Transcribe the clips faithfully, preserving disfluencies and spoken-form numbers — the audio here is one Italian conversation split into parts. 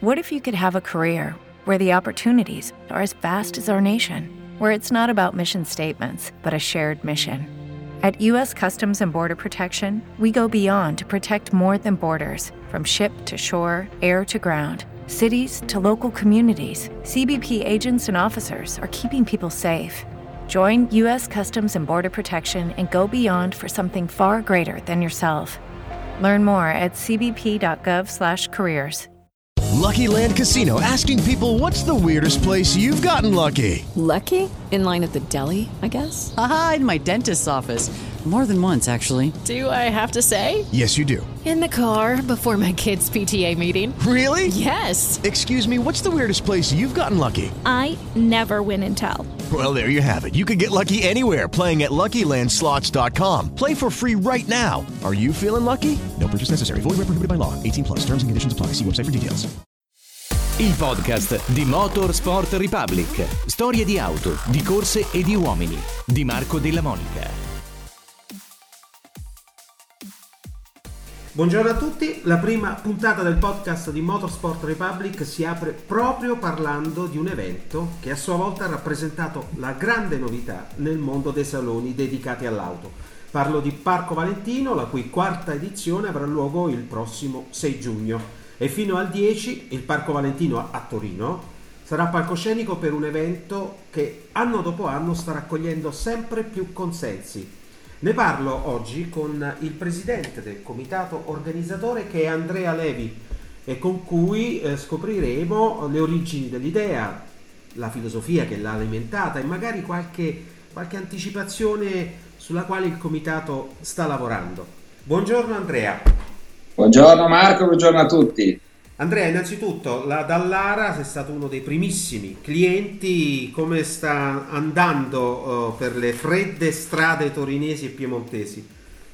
What if you could have a career where the opportunities are as vast as our nation, where it's not about mission statements, but a shared mission? At U S Customs and Border Protection, we go beyond to protect more than borders, from ship to shore, air to ground, cities to local communities. C B P agents and officers are keeping people safe. Join U S Customs and Border Protection and go beyond for something far greater than yourself. Learn more at c b p dot gov slash careers. Lucky Land Casino, asking people, what's the weirdest place you've gotten lucky? Lucky? In line at the deli, I guess? Aha, in my dentist's office. More than once, actually. Do I have to say? Yes, you do. In the car before my kids' P T A meeting. Really? Yes. Excuse me, what's the weirdest place you've gotten lucky? I never win and tell. Well, there you have it. You can get lucky anywhere, playing at lucky land slots dot com. Play for free right now. Are you feeling lucky? No purchase necessary. Void where prohibited by law. eighteen plus. Terms and conditions apply. See website for details. Il podcast di Motorsport Republic. Storie di auto, di corse e di uomini. Di Marco Della Monica. Buongiorno a tutti, la prima puntata del podcast di Motorsport Republic si apre proprio parlando di un evento che a sua volta ha rappresentato la grande novità nel mondo dei saloni dedicati all'auto. Parlo di Parco Valentino, la cui quarta edizione avrà luogo il prossimo sei giugno e fino al dieci il Parco Valentino a Torino sarà palcoscenico per un evento che anno dopo anno sta raccogliendo sempre più consensi. Ne parlo oggi con il presidente del comitato organizzatore, che è Andrea Levi, e con cui eh, scopriremo le origini dell'idea, la filosofia che l'ha alimentata e magari qualche, qualche anticipazione sulla quale il comitato sta lavorando. Buongiorno Andrea. Buongiorno Marco, buongiorno a tutti. Andrea, innanzitutto, la Dallara sei stato uno dei primissimi clienti. Come sta andando uh, per le fredde strade torinesi e piemontesi?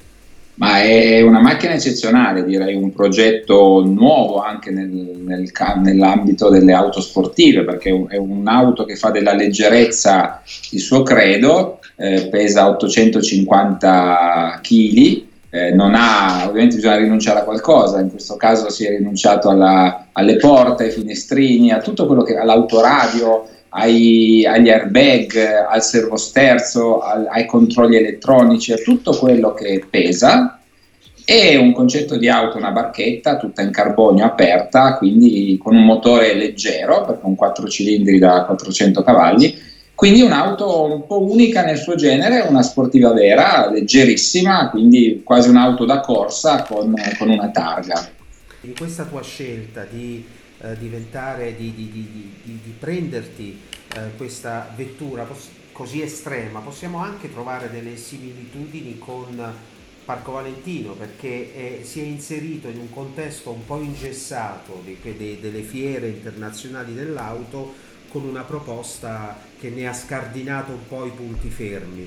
Ma è una macchina eccezionale, direi un progetto nuovo anche nel, nel, nell'ambito delle auto sportive, perché è un'auto che fa della leggerezza il suo credo, eh, pesa ottocentocinquanta chili. Eh, non ha, ovviamente bisogna rinunciare a qualcosa, in questo caso si è rinunciato alla, alle porte, ai finestrini, a tutto quello che, all'autoradio, ai, agli airbag, al servosterzo, al, ai controlli elettronici, a tutto quello che pesa. È un concetto di auto, una barchetta tutta in carbonio aperta, quindi con un motore leggero, perché un quattro cilindri da quattrocento cavalli. Quindi un'auto un po' unica nel suo genere, una sportiva vera, leggerissima, quindi quasi un'auto da corsa con, con una targa. In questa tua scelta di eh, diventare, di, di, di, di, di prenderti eh, questa vettura pos- così estrema, possiamo anche trovare delle similitudini con Parco Valentino, perché è, si è inserito in un contesto un po' ingessato di, de, delle fiere internazionali dell'auto, con una proposta che ne ha scardinato un po' i punti fermi.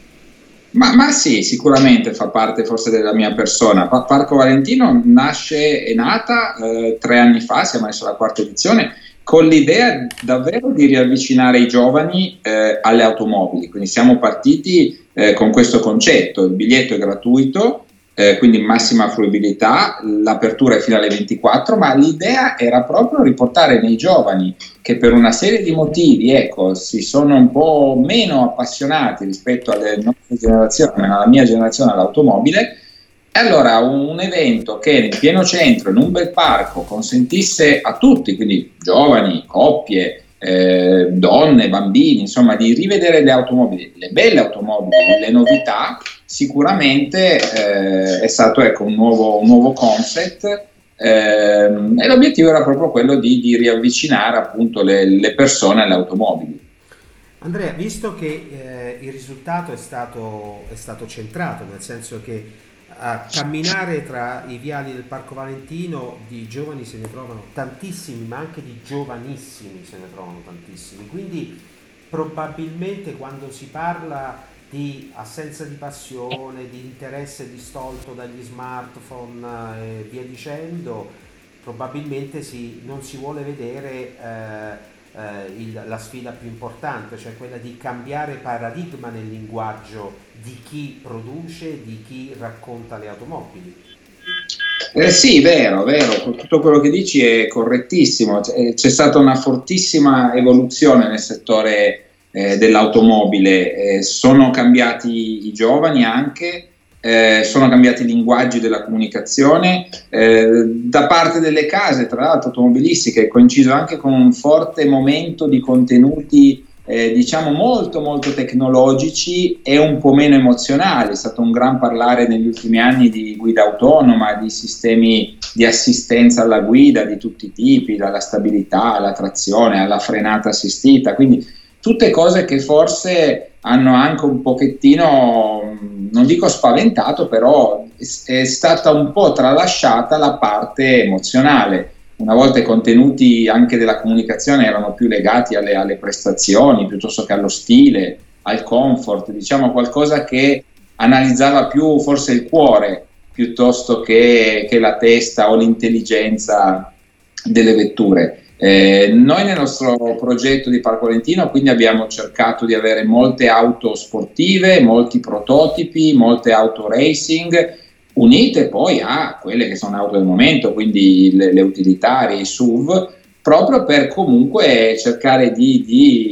Ma, ma sì, sicuramente fa parte forse della mia persona. Pa- Parco Valentino nasce, è nata eh, tre anni fa, siamo adesso alla quarta edizione, con l'idea davvero di riavvicinare i giovani eh, alle automobili. Quindi siamo partiti eh, con questo concetto: il biglietto è gratuito, Eh, quindi massima fruibilità, l'apertura è fino alle ventiquattro, ma l'idea era proprio riportare nei giovani, che per una serie di motivi ecco, si sono un po' meno appassionati rispetto alle nostre generazioni, alla mia generazione, all'automobile. E allora un, un evento che nel pieno centro, in un bel parco, consentisse a tutti, quindi giovani, coppie, eh, donne, bambini, insomma, di rivedere le automobili, le belle automobili, le novità. Sicuramente eh, è stato ecco, un, nuovo, un nuovo concept eh, e l'obiettivo era proprio quello di, di riavvicinare appunto le, le persone alle automobili. Andrea, visto che eh, il risultato è stato, è stato centrato, nel senso che a camminare tra i viali del Parco Valentino di giovani se ne trovano tantissimi, ma anche di giovanissimi se ne trovano tantissimi, quindi probabilmente quando si parla di assenza di passione, di interesse distolto dagli smartphone e via dicendo, probabilmente si, non si vuole vedere eh, eh, il, la sfida più importante, cioè quella di cambiare paradigma nel linguaggio di chi produce, di chi racconta le automobili. Eh, sì, vero, vero, tutto quello che dici è correttissimo. C'è, c'è stata una fortissima evoluzione nel settore eh, dell'automobile, eh, sono cambiati i giovani anche, eh, sono cambiati i linguaggi della comunicazione, eh, da parte delle case, tra l'altro automobilistiche, è coinciso anche con un forte momento di contenuti Eh, diciamo molto molto tecnologici e un po' meno emozionali. È stato un gran parlare negli ultimi anni di guida autonoma, di sistemi di assistenza alla guida di tutti i tipi, dalla stabilità alla trazione alla frenata assistita, quindi tutte cose che forse hanno anche un pochettino, non dico spaventato, però è, è stata un po' tralasciata la parte emozionale. Una volta i contenuti anche della comunicazione erano più legati alle, alle prestazioni piuttosto che allo stile, al comfort, diciamo qualcosa che analizzava più forse il cuore piuttosto che, che la testa o l'intelligenza delle vetture. Eh, noi nel nostro progetto di Parco Valentino quindi abbiamo cercato di avere molte auto sportive, molti prototipi, molte auto racing, unite poi a quelle che sono auto del momento, quindi le, le utilitarie, i S U V, proprio per comunque cercare di,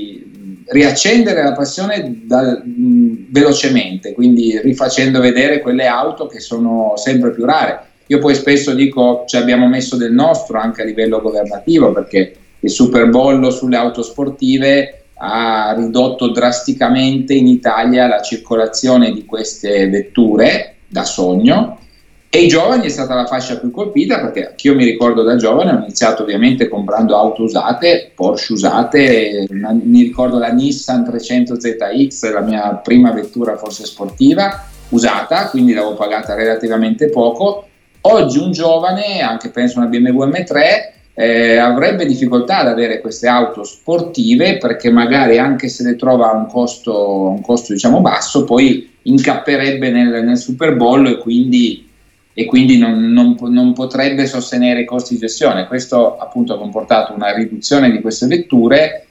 di riaccendere la passione da, mh, velocemente, quindi rifacendo vedere quelle auto che sono sempre più rare. Io poi spesso dico, ci abbiamo messo del nostro anche a livello governativo, perché il superbollo sulle auto sportive ha ridotto drasticamente in Italia la circolazione di queste vetture da sogno, e i giovani è stata la fascia più colpita, perché anch'io mi ricordo da giovane, ho iniziato ovviamente comprando auto usate, Porsche usate, mi ricordo la Nissan trecento Z X, la mia prima vettura forse sportiva, usata, quindi l'avevo pagata relativamente poco. Oggi un giovane, anche penso una B M W M tre, eh, avrebbe difficoltà ad avere queste auto sportive, perché magari anche se le trova a un costo, un costo diciamo basso, poi incapperebbe nel, nel superbollo e quindi, e quindi non, non, non potrebbe sostenere i costi di gestione. Questo appunto ha comportato una riduzione di queste vetture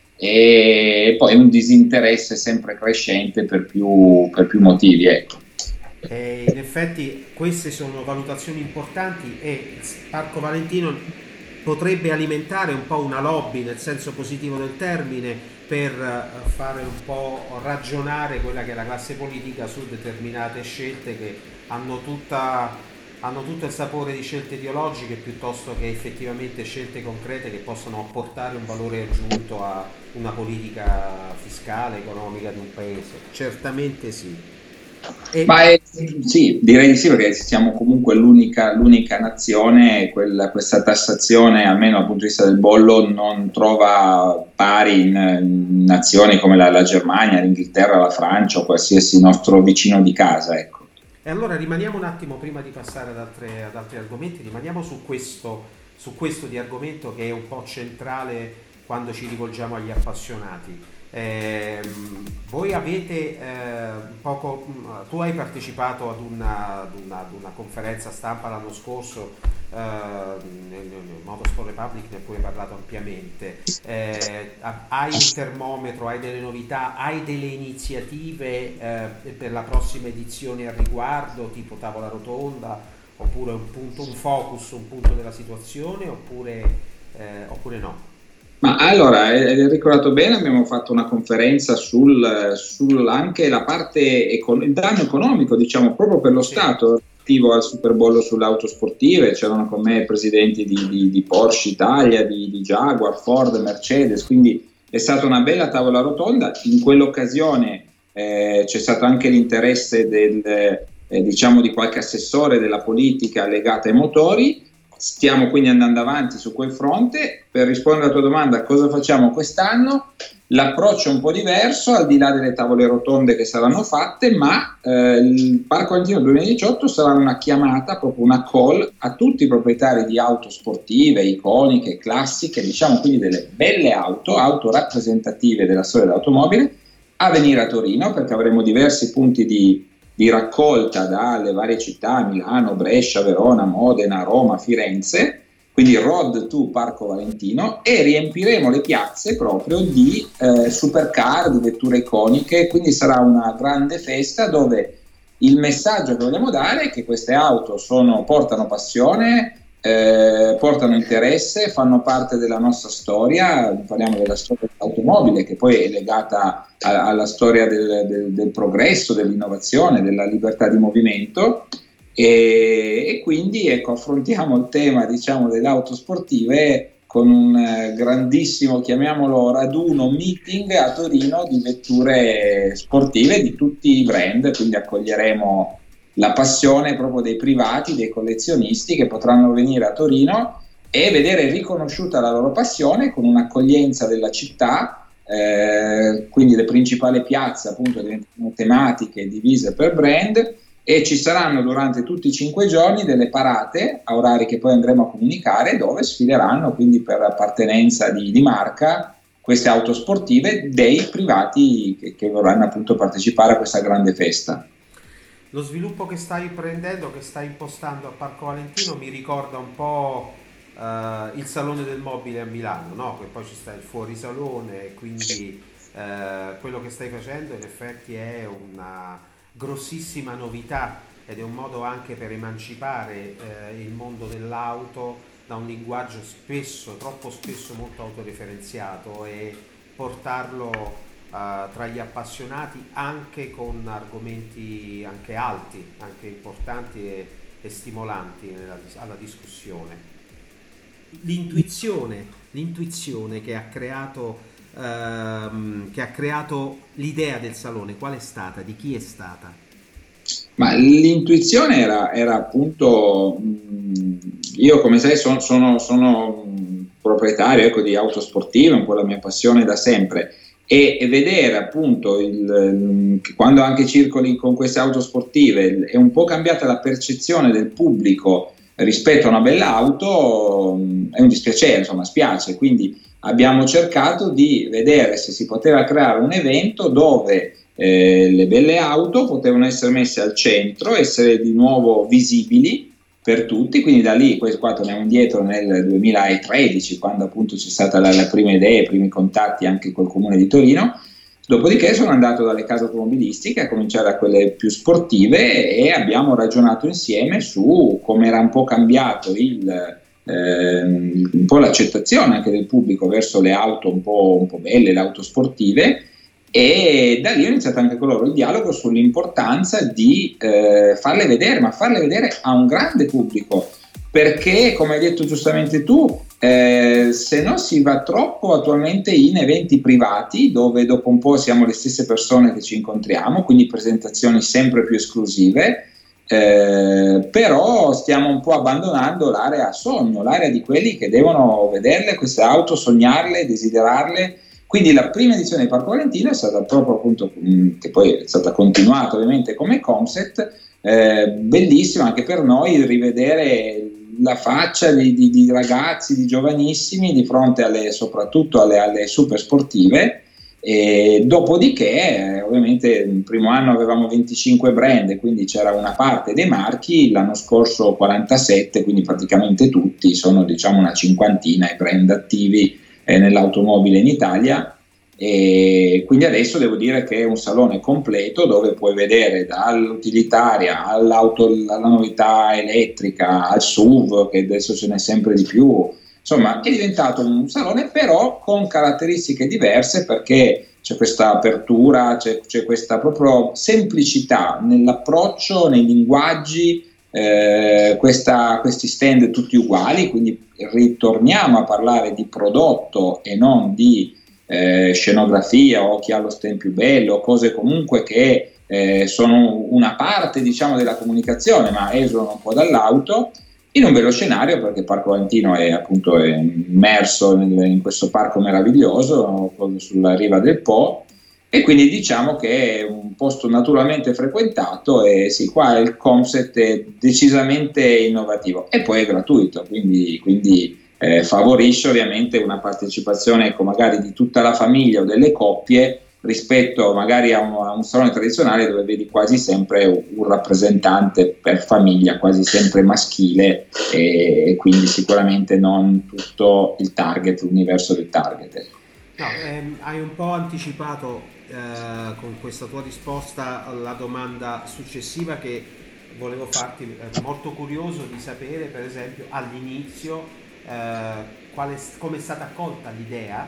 e poi un disinteresse sempre crescente per più, per più motivi, ecco. Eh, in effetti queste sono valutazioni importanti e il Parco Valentino potrebbe alimentare un po' una lobby nel senso positivo del termine, per fare un po' ragionare quella che è la classe politica su determinate scelte che hanno tutta hanno tutto il sapore di scelte ideologiche piuttosto che effettivamente scelte concrete che possono apportare un valore aggiunto a una politica fiscale, economica di un paese. Certamente sì. E... Ma è, sì, direi di sì, perché siamo comunque l'unica, l'unica nazione, quella, questa tassazione, almeno dal punto di vista del bollo, non trova pari in, in nazioni come la, la Germania, l'Inghilterra, la Francia o qualsiasi nostro vicino di casa, ecco. E allora rimaniamo un attimo, prima di passare ad, altre, ad altri argomenti, rimaniamo su questo, su questo di argomento che è un po' centrale quando ci rivolgiamo agli appassionati. Eh, voi avete eh, poco, tu hai partecipato ad una, ad una, ad una conferenza stampa l'anno scorso, eh, nel, nel Motorsport Republic, ne hai pure parlato ampiamente. Eh, hai un termometro, hai delle novità, hai delle iniziative eh, per la prossima edizione al riguardo, tipo tavola rotonda, oppure un punto, un focus, un punto della situazione, oppure, eh, oppure no? Ma allora, hai ricordato bene, abbiamo fatto una conferenza sul, sul anche la parte, econ- il danno economico, diciamo, proprio per lo sì. Stato, relativo al superbollo sulle auto sportive. C'erano con me presidenti di, di, di Porsche Italia, di, di Jaguar, Ford, Mercedes, quindi è stata una bella tavola rotonda. In quell'occasione eh, c'è stato anche l'interesse del, eh, diciamo di qualche assessore della politica legata ai motori. Stiamo quindi andando avanti su quel fronte. Per rispondere alla tua domanda, cosa facciamo quest'anno? L'approccio è un po' diverso, al di là delle tavole rotonde che saranno fatte, ma eh, il Parco Valentino duemiladiciotto sarà una chiamata, proprio una call a tutti i proprietari di auto sportive, iconiche, classiche, diciamo quindi delle belle auto, auto rappresentative della storia dell'automobile, a venire a Torino, perché avremo diversi punti di di raccolta dalle varie città, Milano, Brescia, Verona, Modena, Roma, Firenze, quindi Road to Parco Valentino, e riempiremo le piazze proprio di eh, supercar, di vetture iconiche, quindi sarà una grande festa dove il messaggio che vogliamo dare è che queste auto sono, portano passione, eh, portano interesse, fanno parte della nostra storia. Parliamo della storia dell'automobile, che poi è legata a, alla storia del, del, del progresso, dell'innovazione, della libertà di movimento, e, e quindi ecco, affrontiamo il tema, diciamo, delle auto sportive con un eh, grandissimo, chiamiamolo raduno, meeting a Torino di vetture sportive di tutti i brand, quindi accoglieremo la passione proprio dei privati, dei collezionisti che potranno venire a Torino e vedere riconosciuta la loro passione con un'accoglienza della città, eh, quindi le principali piazze appunto diventano tematiche divise per brand, e ci saranno durante tutti i cinque giorni delle parate a orari che poi andremo a comunicare, dove sfileranno quindi per appartenenza di, di marca queste auto sportive dei privati che, che vorranno appunto partecipare a questa grande festa. Lo sviluppo che stai prendendo, che stai impostando a Parco Valentino, mi ricorda un po' uh, il Salone del Mobile a Milano, no? Che poi ci sta il fuorisalone, quindi uh, quello che stai facendo in effetti è una grossissima novità ed è un modo anche per emancipare uh, il mondo dell'auto da un linguaggio spesso, troppo spesso molto autoreferenziato, e portarlo Uh, tra gli appassionati anche con argomenti anche alti, anche importanti e, e stimolanti nella, alla discussione. L'intuizione, l'intuizione che ha creato uh, che ha creato l'idea del salone, qual è stata? Di chi è stata? Ma l'intuizione era, era appunto, mh, io come sai sono, sono, sono proprietario, ecco, di auto sportive, un po' la mia passione da sempre. E vedere appunto il, quando anche circoli con queste auto sportive è un po' cambiata la percezione del pubblico rispetto a una bella auto, è un dispiacere, insomma spiace, quindi abbiamo cercato di vedere se si poteva creare un evento dove eh, le belle auto potevano essere messe al centro, essere di nuovo visibili per tutti, quindi da lì, questo qua torniamo indietro nel duemilatredici, quando appunto c'è stata la, la prima idea, i primi contatti anche col comune di Torino. Dopodiché sono andato dalle case automobilistiche, a cominciare da quelle più sportive, e abbiamo ragionato insieme su come era un po' cambiato il, eh, un po' l'accettazione anche del pubblico verso le auto un po', un po' belle, le auto sportive. E da lì ho iniziato anche con loro il dialogo sull'importanza di eh, farle vedere, ma farle vedere a un grande pubblico, perché come hai detto giustamente tu, eh, se no si va troppo attualmente in eventi privati dove dopo un po' siamo le stesse persone che ci incontriamo, quindi presentazioni sempre più esclusive, eh, però stiamo un po' abbandonando l'area sogno, l'area di quelli che devono vederle queste auto, sognarle, desiderarle. Quindi la prima edizione di Parco Valentino è stata proprio appunto, che poi è stata continuata ovviamente come concept, eh, bellissimo anche per noi rivedere la faccia di, di, di ragazzi, di giovanissimi di fronte alle, soprattutto alle, alle super sportive. E dopodiché ovviamente il primo anno avevamo venticinque brand, quindi c'era una parte dei marchi, l'anno scorso quarantasette, quindi praticamente tutti, sono diciamo una cinquantina i brand attivi nell'automobile in Italia, e quindi adesso devo dire che è un salone completo dove puoi vedere dall'utilitaria all'auto, alla novità elettrica, al S U V, che adesso ce n'è sempre di più. Insomma, è diventato un salone però con caratteristiche diverse, perché c'è questa apertura, c'è, c'è questa proprio semplicità nell'approccio, nei linguaggi, eh, questa, questi stand tutti uguali, quindi ritorniamo a parlare di prodotto e non di eh, scenografia o chi ha lo stand più bello, cose comunque che eh, sono una parte diciamo della comunicazione ma esulano un po' dall'auto, in un bello scenario, perché Parco Valentino è appunto è immerso nel, in questo parco meraviglioso sulla riva del Po, e quindi diciamo che è un posto naturalmente frequentato, e sì, qua il concept è decisamente innovativo e poi è gratuito, quindi, quindi eh, favorisce ovviamente una partecipazione, ecco, magari di tutta la famiglia o delle coppie, rispetto magari a un, a un salone tradizionale dove vedi quasi sempre un, un rappresentante per famiglia, quasi sempre maschile, e, e quindi sicuramente non tutto il target, l'universo del target. No, ehm, hai un po' anticipato eh, con questa tua risposta la domanda successiva che volevo farti, eh, molto curioso di sapere per esempio all'inizio eh, quale, come è stata accolta l'idea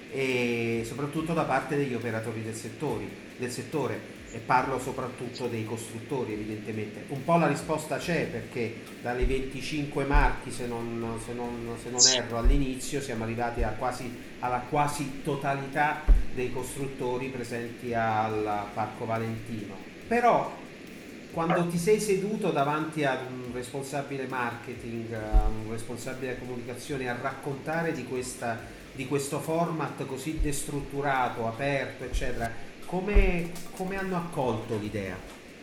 e soprattutto da parte degli operatori del, settori, del settore, e parlo soprattutto dei costruttori evidentemente. Un po' la risposta c'è, perché dalle venticinque marchi, se non, se non, se non erro, all'inizio siamo arrivati a quasi, alla quasi totalità dei costruttori presenti al Parco Valentino. Però quando ti sei seduto davanti ad un responsabile marketing, a un responsabile comunicazione, a raccontare di, questa, di questo format così destrutturato, aperto, eccetera, come, come hanno accolto l'idea?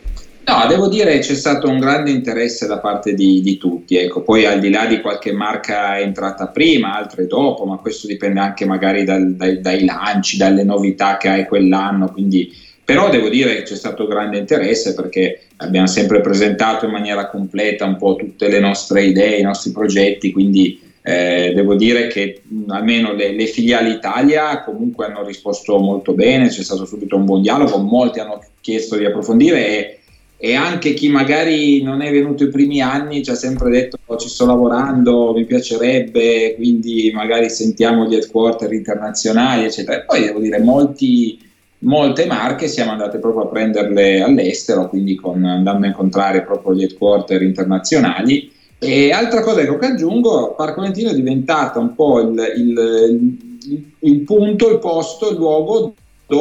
No, devo dire c'è stato un grande interesse da parte di, di tutti, ecco. Poi al di là di qualche marca entrata prima, altre dopo, ma questo dipende anche magari dal, dai, dai lanci, dalle novità che hai quell'anno, quindi... Però devo dire che c'è stato grande interesse, perché abbiamo sempre presentato in maniera completa un po' tutte le nostre idee, i nostri progetti, quindi eh, devo dire che mh, almeno le, le filiali Italia comunque hanno risposto molto bene, c'è stato subito un buon dialogo, molti hanno chiesto di approfondire e, e anche chi magari non è venuto i primi anni ci ha sempre detto oh, ci sto lavorando, mi piacerebbe, quindi magari sentiamo gli headquarter internazionali, eccetera. E poi devo dire molti... Molte marche siamo andate proprio a prenderle all'estero, quindi con, andando a incontrare proprio gli headquarter internazionali. E altra cosa che aggiungo, Parco Valentino è diventata un po' il, il, il, il punto, il posto, il luogo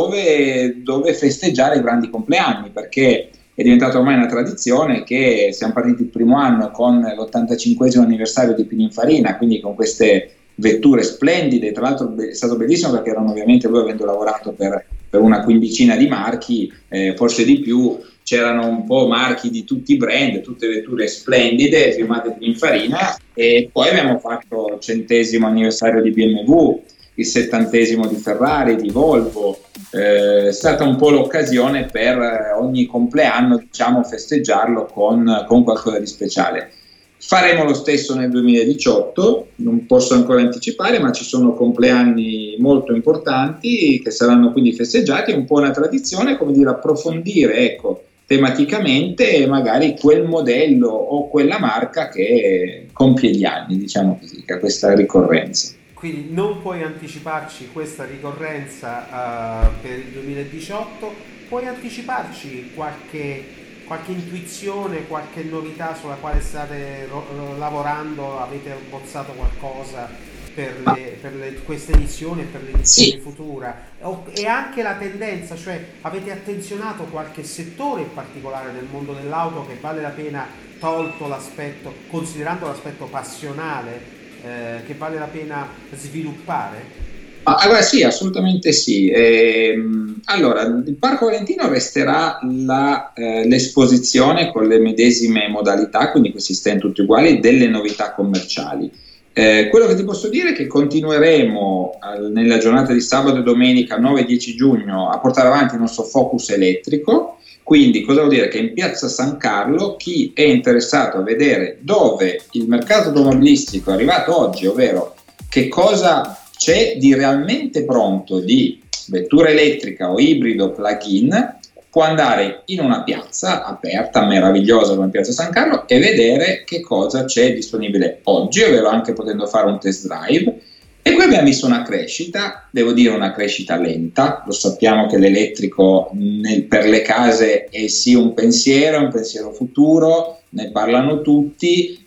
dove, dove festeggiare i grandi compleanni, perché è diventata ormai una tradizione che siamo partiti il primo anno con l'ottantacinquesimo anniversario di Pininfarina, quindi con queste vetture splendide. Tra l'altro è stato bellissimo perché erano ovviamente, lui avendo lavorato per, per una quindicina di marchi, eh, forse di più, c'erano un po' marchi di tutti i brand, tutte vetture splendide firmate Pininfarina, e poi abbiamo fatto il centesimo anniversario di B M W, il settantesimo di Ferrari, di Volvo. Eh, è stata un po' l'occasione per ogni compleanno, diciamo, festeggiarlo con, con qualcosa di speciale. Faremo lo stesso nel duemiladiciotto, non posso ancora anticipare, ma ci sono compleanni molto importanti che saranno quindi festeggiati, è un po' una tradizione, come dire, approfondire, ecco, tematicamente magari quel modello o quella marca che compie gli anni, diciamo così, che ha questa ricorrenza. Quindi non puoi anticiparci questa ricorrenza uh, per il duemiladiciotto, puoi anticiparci qualche... qualche intuizione, qualche novità sulla quale state ro- lavorando, avete bozzato qualcosa per, le, per le, questa edizione e per l'edizione sì. futura? O, e anche la tendenza, cioè avete attenzionato qualche settore in particolare del mondo dell'auto che vale la pena, tolto l'aspetto, considerando l'aspetto passionale, eh, che vale la pena sviluppare? Allora sì, assolutamente sì. Ehm, allora, il Parco Valentino resterà la, eh, l'esposizione con le medesime modalità, quindi questi stand tutti uguali, delle novità commerciali. Eh, quello che ti posso dire è che continueremo al, nella giornata di sabato e domenica nove e dieci giugno a portare avanti il nostro focus elettrico. Quindi cosa vuol dire? Che in piazza San Carlo chi è interessato a vedere dove il mercato automobilistico è arrivato oggi, ovvero che cosa c'è di realmente pronto di vettura elettrica o ibrido plug-in, può andare in una piazza aperta, meravigliosa come Piazza San Carlo, e vedere che cosa c'è disponibile oggi, ovvero anche potendo fare un test drive. E qui abbiamo visto una crescita, devo dire una crescita lenta, lo sappiamo che l'elettrico nel, per le case è sì un pensiero, un pensiero futuro, ne parlano tutti,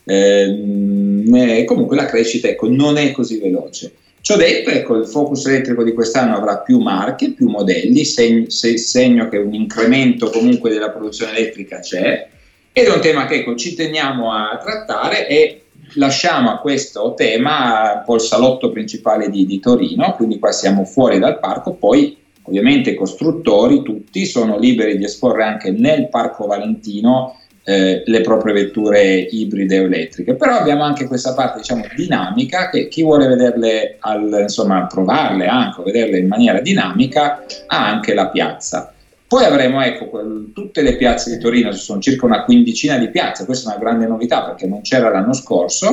ehm, comunque la crescita, ecco, non è così veloce. Ciò detto, ecco, il focus elettrico di quest'anno avrà più marche, più modelli, segno, segno che un incremento comunque della produzione elettrica c'è, ed è un tema che, ecco, ci teniamo a trattare e lasciamo a questo tema un po' il salotto principale di, di Torino, quindi qua siamo fuori dal parco. Poi ovviamente i costruttori tutti sono liberi di esporre anche nel Parco Valentino Eh, le proprie vetture ibride o elettriche, però abbiamo anche questa parte, diciamo, dinamica, che chi vuole vederle, al, insomma provarle anche, vederle in maniera dinamica, ha anche la piazza. Poi avremo, ecco, quel, tutte le piazze di Torino, ci sono circa una quindicina di piazze, questa è una grande novità perché non c'era l'anno scorso,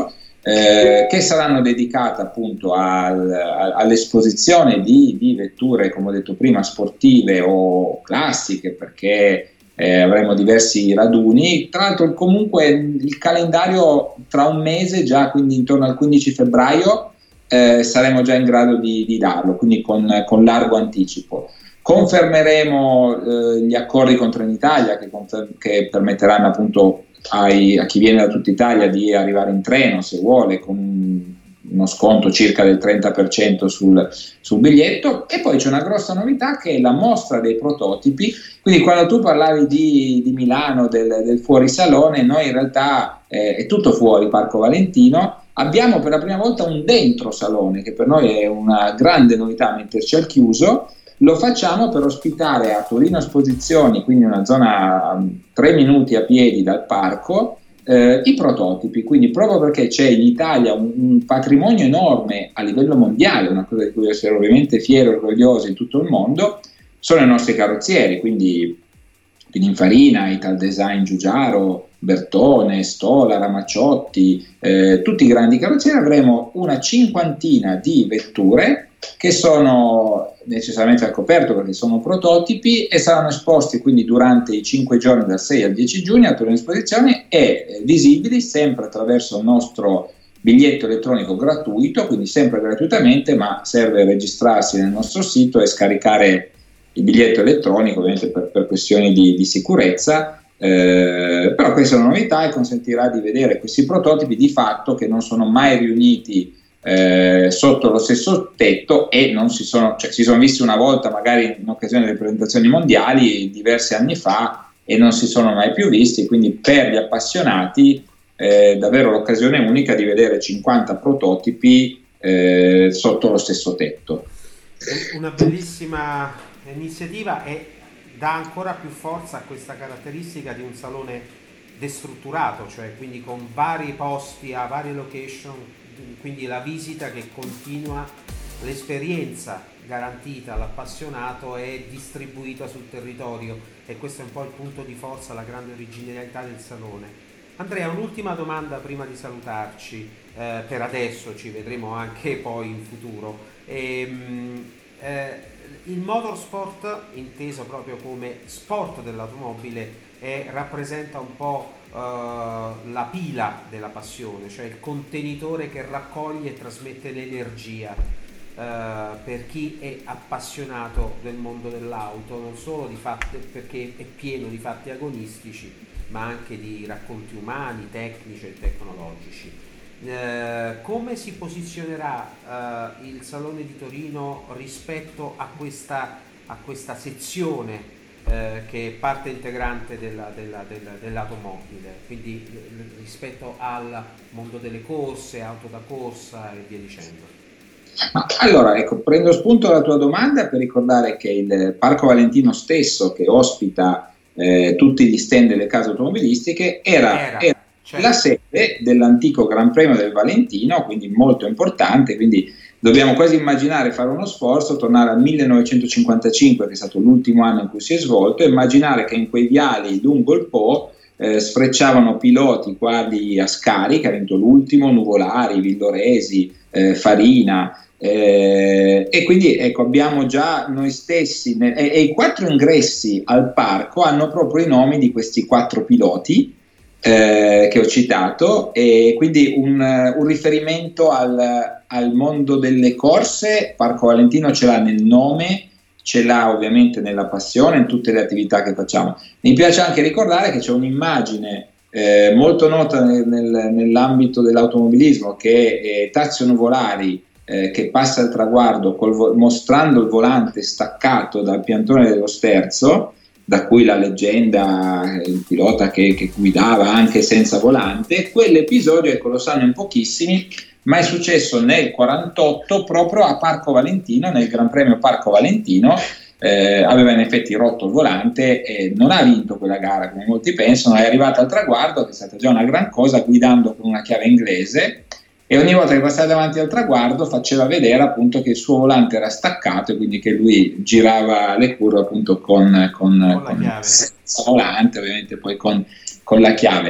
eh, che saranno dedicate appunto al, a, all'esposizione di, di vetture, come ho detto prima, sportive o classiche, perché eh, avremo diversi raduni. Tra l'altro comunque il calendario tra un mese già, quindi intorno al quindici febbraio, eh, saremo già in grado di, di darlo, quindi con, con largo anticipo. Confermeremo eh, gli accordi con Trenitalia che, confer- che permetteranno appunto ai, a chi viene da tutta Italia di arrivare in treno se vuole, con uno sconto circa del trenta per cento sul, sul biglietto. E poi c'è una grossa novità, che è la mostra dei prototipi. Quindi quando tu parlavi di, di Milano, del, del fuorisalone, noi in realtà eh, è tutto fuori Parco Valentino. Abbiamo per la prima volta un dentro salone, che per noi è una grande novità metterci al chiuso. Lo facciamo per ospitare a Torino Esposizioni, quindi una zona a tre minuti a piedi dal parco, eh, i prototipi. Quindi proprio perché c'è in Italia un, un patrimonio enorme a livello mondiale, una cosa di cui essere ovviamente fieri e orgogliosi in tutto il mondo, sono i nostri carrozzieri, quindi Pininfarina, Italdesign Giugiaro, Bertone, Stola, Ramacciotti, eh, tutti i grandi carrozzieri. Avremo una cinquantina di vetture che sono necessariamente al coperto perché sono prototipi, e saranno esposti quindi durante i cinque giorni dal sei al dieci giugno a Torino Esposizioni, e eh, visibili sempre attraverso il nostro biglietto elettronico gratuito, quindi sempre gratuitamente, ma serve registrarsi nel nostro sito e scaricare il biglietto elettronico, ovviamente per, per questioni di, di sicurezza. Eh, però questa è una novità e consentirà di vedere questi prototipi di fatto che non sono mai riuniti eh, sotto lo stesso tetto, e non si sono, cioè, si sono visti una volta magari in occasione delle presentazioni mondiali diversi anni fa e non si sono mai più visti. Quindi per gli appassionati eh, davvero l'occasione unica di vedere cinquanta prototipi eh, sotto lo stesso tetto. Una bellissima iniziativa, e dà ancora più forza a questa caratteristica di un salone destrutturato, cioè quindi con vari posti a varie location, quindi la visita che continua, l'esperienza garantita all'appassionato è distribuita sul territorio, e questo è un po' il punto di forza, la grande originalità del salone. Andrea, un'ultima domanda prima di salutarci, eh, per adesso, ci vedremo anche poi in futuro. Ehm, eh, il motorsport, inteso proprio come sport dell'automobile, è, rappresenta un po' uh, la pila della passione, cioè il contenitore che raccoglie e trasmette l'energia uh, per chi è appassionato del mondo dell'auto, non solo di fatti, perché è pieno di fatti agonistici, ma anche di racconti umani, tecnici e tecnologici. Eh, come si posizionerà eh, il Salone di Torino rispetto a questa, a questa sezione eh, che è parte integrante della, della, della, dell'automobile, quindi eh, rispetto al mondo delle corse, auto da corsa e via dicendo? Allora, ecco, prendo spunto dalla tua domanda per ricordare che il Parco Valentino stesso, che ospita eh, tutti gli stand delle case automobilistiche, era, era. era Certo. la sede dell'antico Gran Premio del Valentino, quindi molto importante. Quindi dobbiamo quasi immaginare, fare uno sforzo, tornare al millenovecentocinquantacinque, che è stato l'ultimo anno in cui si è svolto, e immaginare che in quei viali lungo il Po eh, sfrecciavano piloti quali Ascari, che ha vinto l'ultimo, Nuvolari, Villoresi, eh, Farina, eh, e quindi ecco, abbiamo già noi stessi ne- e, e i quattro ingressi al parco hanno proprio i nomi di questi quattro piloti Eh, che ho citato, e quindi un, un riferimento al, al mondo delle corse. Parco Valentino ce l'ha nel nome, ce l'ha ovviamente nella passione, in tutte le attività che facciamo. Mi piace anche ricordare che c'è un'immagine eh, molto nota nel, nel, nell'ambito dell'automobilismo, che è Tazio Nuvolari eh, che passa al traguardo col vo- mostrando il volante staccato dal piantone dello sterzo, da cui la leggenda, il pilota che, che guidava anche senza volante. Quell'episodio, ecco, lo sanno in pochissimi, ma è successo nel quarantotto proprio a Parco Valentino, nel Gran Premio Parco Valentino. Eh, aveva in effetti rotto il volante e non ha vinto quella gara come molti pensano, è arrivato al traguardo, che è stata già una gran cosa, guidando con una chiave inglese, e ogni volta che passava davanti al traguardo faceva vedere appunto che il suo volante era staccato, e quindi che lui girava le curve appunto con, con, con, con senza volante, ovviamente poi con, con la chiave.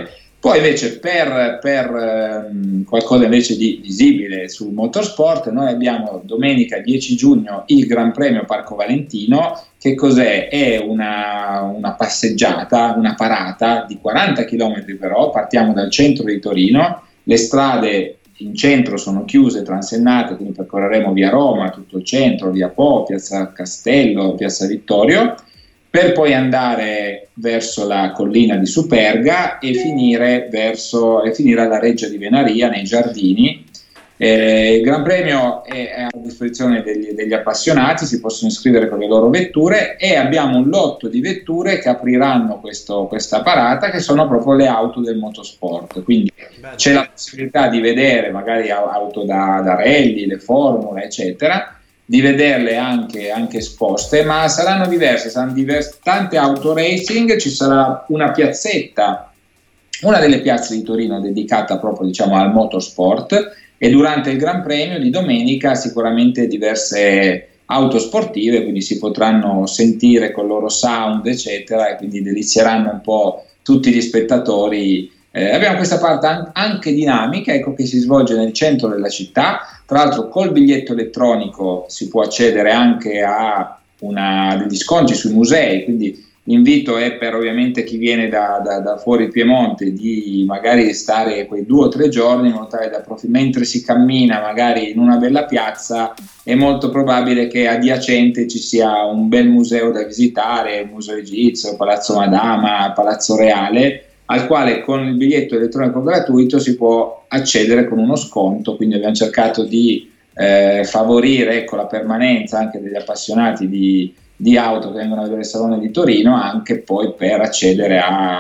Poi invece per, per ehm, qualcosa invece di visibile sul motorsport, noi abbiamo domenica dieci giugno il Gran Premio Parco Valentino. Che cos'è? È una, una passeggiata, una parata di quaranta chilometri però, partiamo dal centro di Torino, le strade in centro sono chiuse, transennate, quindi percorreremo via Roma, tutto il centro, via Po, piazza Castello, piazza Vittorio, per poi andare verso la collina di Superga e finire, verso, e finire alla Reggia di Venaria, nei giardini. Eh, il Gran Premio è a disposizione degli, degli appassionati, si possono iscrivere con le loro vetture e abbiamo un lotto di vetture che apriranno questo, questa parata, che sono proprio le auto del motorsport, quindi Beh, c'è la possibilità di vedere magari auto da, da rally, le formule eccetera, di vederle anche, anche esposte, ma saranno diverse, saranno diverse, tante auto racing, ci sarà una piazzetta, una delle piazze di Torino dedicata proprio diciamo al motorsport, e durante il Gran Premio di domenica sicuramente diverse auto sportive, quindi si potranno sentire con il loro sound eccetera, e quindi delizieranno un po' tutti gli spettatori. Eh, abbiamo questa parte anche dinamica, ecco, che si svolge nel centro della città. Tra l'altro col biglietto elettronico si può accedere anche a una, degli sconti sui musei, quindi l'invito è per ovviamente chi viene da, da, da fuori Piemonte di magari stare quei due o tre giorni in modo tale da approfittare, mentre si cammina magari in una bella piazza, è molto probabile che adiacente ci sia un bel museo da visitare, il Museo Egizio, Palazzo Madama, Palazzo Reale, al quale con il biglietto elettronico gratuito si può accedere con uno sconto, quindi abbiamo cercato di eh, favorire ecco, la permanenza anche degli appassionati di, di auto che vengono a vedere il Salone di Torino, anche poi per accedere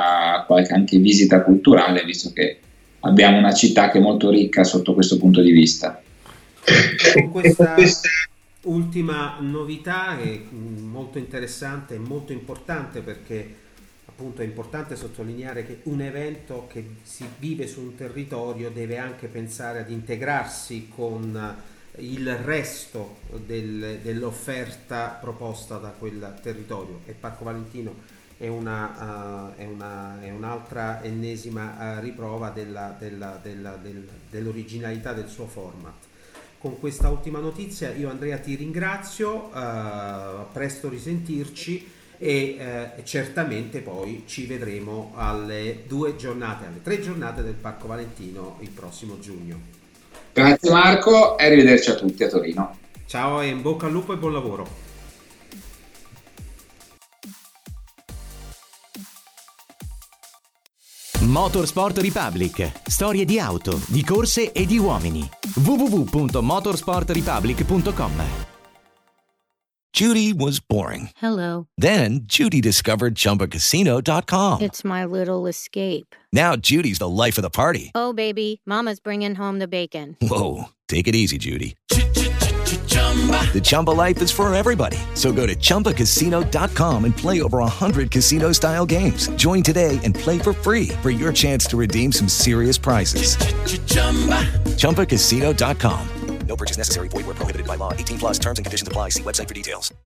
a qualche anche visita culturale, visto che abbiamo una città che è molto ricca sotto questo punto di vista. Con questa ultima novità è molto interessante e molto importante, perché appunto è importante sottolineare che un evento che si vive su un territorio deve anche pensare ad integrarsi con il resto del, dell'offerta proposta da quel territorio, e Parco Valentino è, una, uh, è, una, è un'altra ennesima uh, riprova della, della, della, del, dell'originalità del suo format. Con questa ultima notizia io Andrea ti ringrazio, uh, a presto risentirci, e eh, certamente poi ci vedremo alle due giornate, alle tre giornate del Parco Valentino il prossimo giugno. Grazie Marco e arrivederci a tutti a Torino. Ciao e in bocca al lupo e buon lavoro. Motorsport Republic, storie di auto, di corse e di uomini. w w w punto motorsport republic punto com. Judy was boring. Hello. Then Judy discovered Chumba Casino dot com. It's my little escape. Now Judy's the life of the party. Oh, baby, mama's bringing home the bacon. Whoa, take it easy, Judy. The Chumba life is for everybody. So go to Chumba Casino dot com and play over one hundred casino-style games. Join today and play for free for your chance to redeem some serious prizes. Chumba Casino dot com. No purchase necessary. Void where prohibited by law. eighteen plus terms and conditions apply. See website for details.